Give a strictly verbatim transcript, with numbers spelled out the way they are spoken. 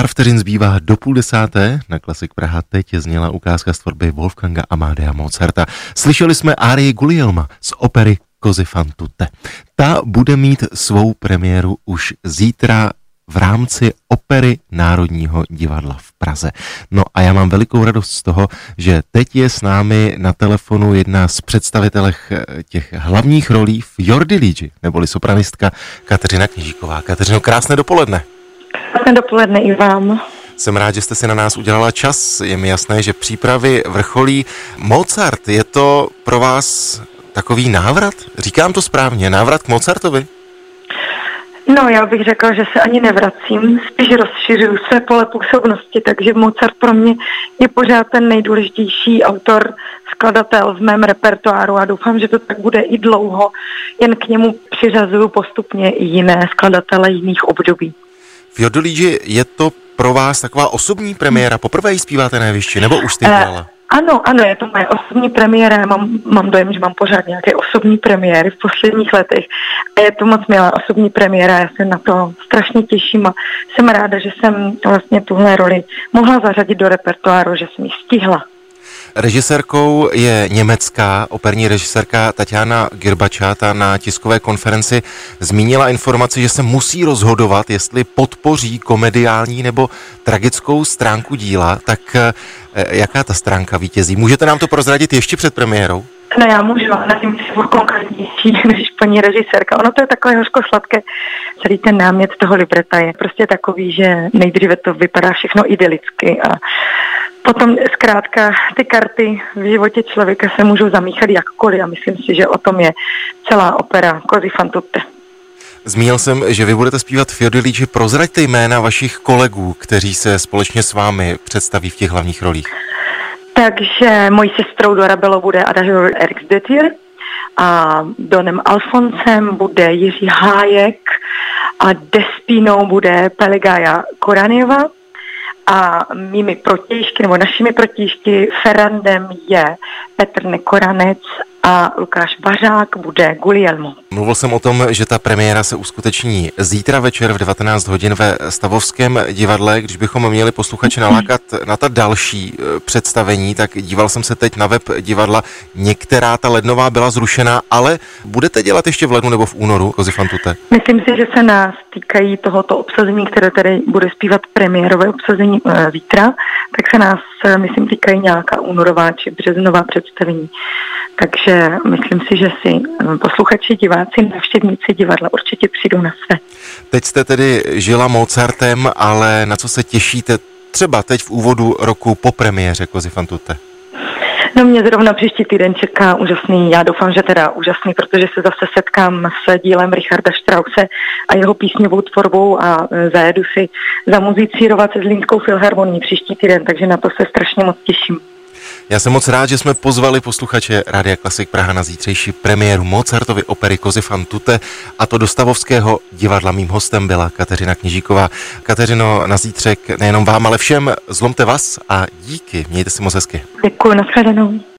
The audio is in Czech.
Pár vteřin zbývá do půl desáté. Na Klasik Praha teď zněla ukázka z tvorby Wolfganga Amadea Mozarta. Slyšeli jsme árii Guglielma z opery Così fan tutte. Ta bude mít svou premiéru už zítra v rámci opery Národního divadla v Praze. No a já mám velikou radost z toho, že teď je s námi na telefonu jedna z představitelek těch hlavních rolí v Fiordiligi, neboli sopranistka Kateřina Kněžíková. Kateřino, krásné dopoledne. Krásné dopoledne i vám. Jsem rád, že jste si na nás udělala čas. Je mi jasné, že přípravy vrcholí. Mozart, je to pro vás takový návrat? Říkám to správně, návrat k Mozartovi? No, já bych řekla, že se ani nevracím, spíš rozšiřuju své pole působnosti, takže Mozart pro mě je pořád ten nejdůležitější autor, skladatel v mém repertoáru a doufám, že to tak bude i dlouho, jen k němu přiřazuju postupně i jiné skladatele jiných období. Fiordiligi, je to pro vás taková osobní premiéra? Poprvé ji zpíváte na jevišti, nebo už jste dělala? Uh, ano, ano, je to moje osobní premiéra. Mám, mám dojem, že mám pořád nějaké osobní premiéry v posledních letech. A je to moc milá osobní premiéra, já se na to strašně těším a jsem ráda, že jsem vlastně tuhle roli mohla zařadit do repertoáru, že jsem ji stihla. Režisérkou je německá operní režisérka Tatjana Girbača. Ta na tiskové konferenci zmínila informaci, že se musí rozhodovat, jestli podpoří komediální nebo tragickou stránku díla. Tak jaká ta stránka vítězí? Můžete nám to prozradit ještě před premiérou? No já můžu, ale nevím, jestli budu konkrétnější než paní režisérka. Ono to je takové hořko-sladké. Celý ten námět toho libreta je prostě takový, že nejdříve to vypadá všechno idylicky a potom zkrátka ty karty v životě člověka se můžou zamíchat jakkoliv a myslím si, že o tom je celá opera Così fan tutte. Zmínil jsem, že vy budete zpívat Fiordiligi. Prozraďte jména vašich kolegů, kteří se společně s vámi představí v těch hlavních rolích. Takže mojí sestrou do Arabello bude Adagio Erixdettir a Donem Alfonsem bude Jiří Hájek a Despinou bude Pelagia Koraněva a mými protějšky, nebo našimi protějšky Ferrandem je Petr Nekoranec a Lukáš Bařák bude Guglielmo. Mluvil jsem o tom, že ta premiéra se uskuteční zítra večer v devatenáct hodin ve Stavovském divadle. Když bychom měli posluchače nalákat na ta další představení, tak díval jsem se teď na web divadla. Některá ta lednová byla zrušena, ale budete dělat ještě v lednu nebo v únoru Così fan tutte? Myslím si, že se nás týkají tohoto obsazení, které tady bude zpívat premiérové obsazení e, zítra, tak se nás, myslím, týkají nějaká únorová či březnová představení. Takže myslím si, že si posluchači, diváci, návštěvníci divadla určitě přijdou na své. Teď jste tedy žila Mozartem, ale na co se těšíte třeba teď v úvodu roku po premiéře Così fan tutte? No mě zrovna příští týden čeká úžasný, já doufám, že teda úžasný, protože se zase setkám s dílem Richarda Strause a jeho písňovou tvorbou a zajedu si zamuzicírovat se Zlínskou filharmonií příští týden, takže na to se strašně moc těším. Já jsem moc rád, že jsme pozvali posluchače Rádia Klasik Praha na zítřejší premiéru Mozartovy opery Così fan tutte, a to do Stavovského divadla. Mým hostem byla Kateřina Kněžíková. Kateřino, na zítřek nejenom vám, ale všem zlomte vás a díky. Mějte si moc hezky. Děkuji, nashledanou.